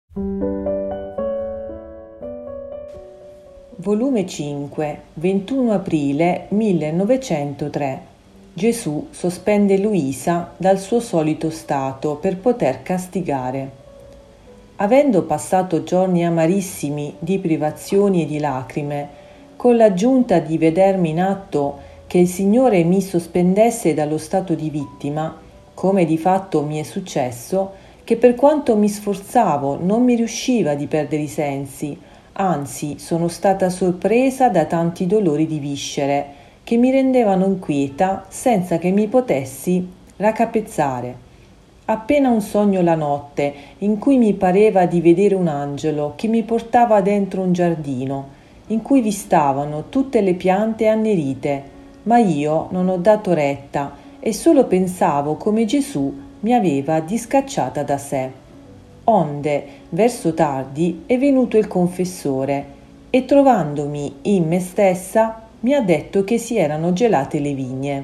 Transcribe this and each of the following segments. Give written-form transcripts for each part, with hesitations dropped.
Volume 5, 21 aprile 1903. Gesù sospende Luisa dal suo solito stato per poter castigare. Avendo passato giorni amarissimi di privazioni e di lacrime, con l'aggiunta di vedermi in atto che il Signore mi sospendesse dallo stato di vittima, come di fatto mi è successo, che per quanto mi sforzavo non mi riusciva di perdere i sensi, anzi sono stata sorpresa da tanti dolori di viscere che mi rendevano inquieta senza che mi potessi raccapezzare. Appena un sogno la notte in cui mi pareva di vedere un angelo che mi portava dentro un giardino in cui vi stavano tutte le piante annerite, ma io non ho dato retta e solo pensavo come Gesù mi aveva discacciata da sé. Onde, verso tardi, è venuto il confessore e trovandomi in me stessa mi ha detto che si erano gelate le vigne.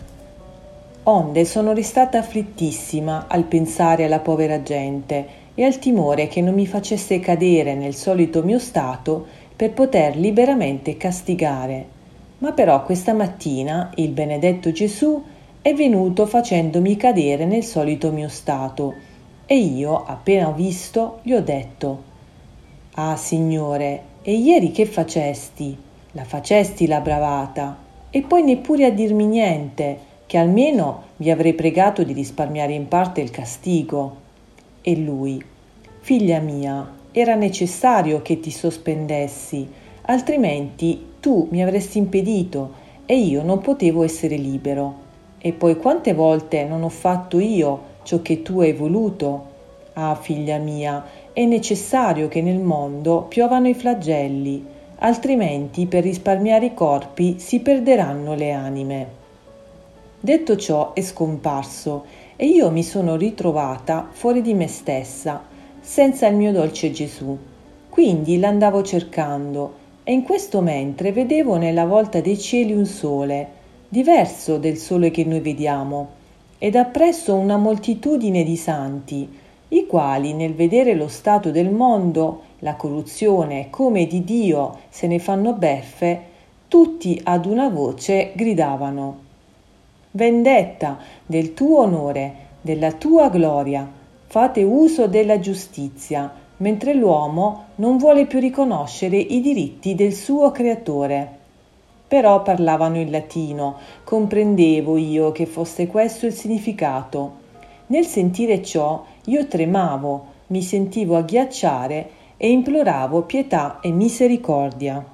Onde sono restata afflittissima al pensare alla povera gente e al timore che non mi facesse cadere nel solito mio stato per poter liberamente castigare. Ma però questa mattina il benedetto Gesù è venuto facendomi cadere nel solito mio stato. E io, appena ho visto, gli ho detto: «Ah, Signore, e ieri che facesti? La facesti la bravata, e poi neppure a dirmi niente, che almeno vi avrei pregato di risparmiare in parte il castigo». E lui: «Figlia mia, era necessario che ti sospendessi, altrimenti tu mi avresti impedito e io non potevo essere libero. E poi quante volte non ho fatto io ciò che tu hai voluto? Ah, figlia mia, è necessario che nel mondo piovano i flagelli, altrimenti per risparmiare i corpi si perderanno le anime». Detto ciò è scomparso e io mi sono ritrovata fuori di me stessa, senza il mio dolce Gesù. Quindi l'andavo cercando e in questo mentre vedevo nella volta dei cieli un sole, diverso del sole che noi vediamo, ed appresso una moltitudine di santi, i quali nel vedere lo stato del mondo, la corruzione, come di Dio se ne fanno beffe, tutti ad una voce gridavano: «Vendetta del tuo onore, della tua gloria, fate uso della giustizia, mentre l'uomo non vuole più riconoscere i diritti del suo creatore». Però parlavano in latino, comprendevo io che fosse questo il significato. Nel sentire ciò io tremavo, mi sentivo agghiacciare e imploravo pietà e misericordia.